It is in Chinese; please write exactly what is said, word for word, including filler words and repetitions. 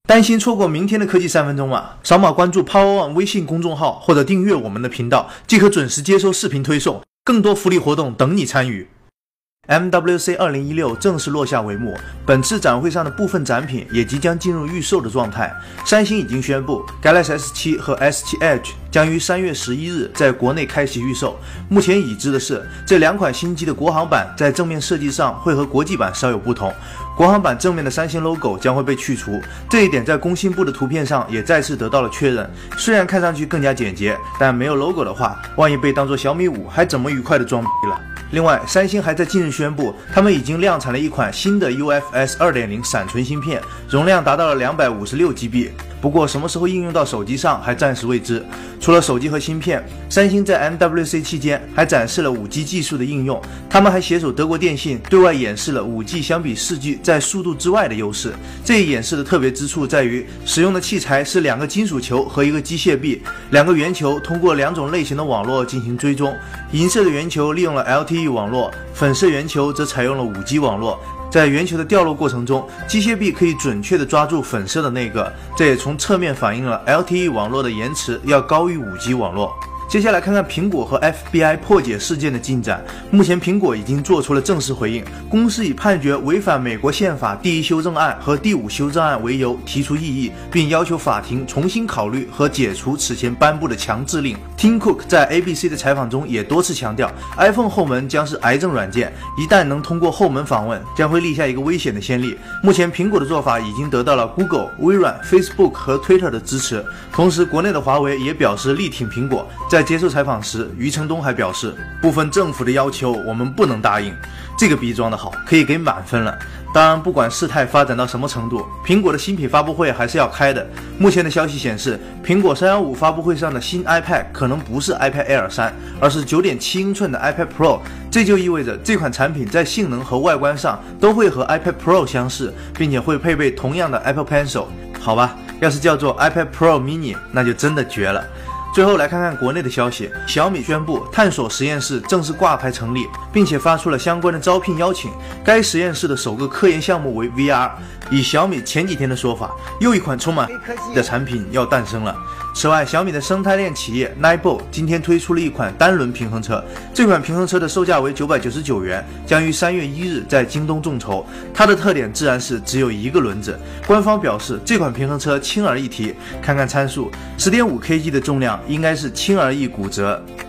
担心错过明天的科技三分钟吗？扫码关注 Power One 微信公众号或者订阅我们的频道，即可准时接收视频推送，更多福利活动等你参与。M W C 二零一六正式落下帷幕，本次展会上的部分展品也即将进入预售的状态。三星已经宣布 Galaxy S 七 和 S 七 Edge 将于三月十一日在国内开启预售。目前已知的是，这两款新机的国行版在正面设计上会和国际版稍有不同。国行版正面的三星 logo 将会被去除，这一点在工信部的图片上也再次得到了确认。虽然看上去更加简洁，但没有 logo 的话，万一被当作小米五，还怎么愉快的装逼了？另外，三星还在近日宣布，他们已经量产了一款新的 U F S 二点零 闪存芯片，容量达到了 两百五十六 G B。不过什么时候应用到手机上还暂时未知。除了手机和芯片，三星在 M W C 期间还展示了 五 G 技术的应用，他们还携手德国电信对外演示了 五 G 相比 四 G 在速度之外的优势。这一演示的特别之处在于，使用的器材是两个金属球和一个机械臂，两个圆球通过两种类型的网络进行追踪。银色的圆球利用了 L T E 网络，粉色圆球则采用了 五 G 网络。在圆球的掉落过程中，机械臂可以准确地抓住粉色的那个，这也从侧面反映了 L T E 网络的延迟要高于 五 G 网络。接下来看看苹果和 F B I 破解事件的进展。目前苹果已经做出了正式回应，公司以判决违反美国宪法第一修正案和第五修正案为由提出异议，并要求法庭重新考虑和解除此前颁布的强制令。Tim Cook 在 A B C 的采访中也多次强调， iPhone 后门将是癌症软件，一旦能通过后门访问，将会立下一个危险的先例。目前苹果的做法已经得到了 Google、微软、Facebook 和 Twitter 的支持，同时国内的华为也表示力挺苹果。在接受采访时，余承东还表示，部分政府的要求我们不能答应。这个逼装的好，可以给满分了。当然，不管事态发展到什么程度，苹果的新品发布会还是要开的。目前的消息显示，苹果三一五发布会上的新 iPad 可能不是 iPad Air 三，而是 九点七英寸的 iPad Pro。这就意味着这款产品在性能和外观上都会和 iPad Pro 相似，并且会配备同样的 Apple Pencil。好吧，要是叫做 iPad Pro Mini， 那就真的绝了。最后来看看国内的消息，小米宣布探索实验室正式挂牌成立，并且发出了相关的招聘邀请。该实验室的首个科研项目为 V R。以小米前几天的说法，又一款充满的产品要诞生了。此外，小米的生态链企业 Ninebot 今天推出了一款单轮平衡车，这款平衡车的售价为九百九十九元，将于三月一日在京东众筹。它的特点自然是只有一个轮子。官方表示，这款平衡车轻而易提，看看参数 十点五 K G 的重量应该是轻而易骨折。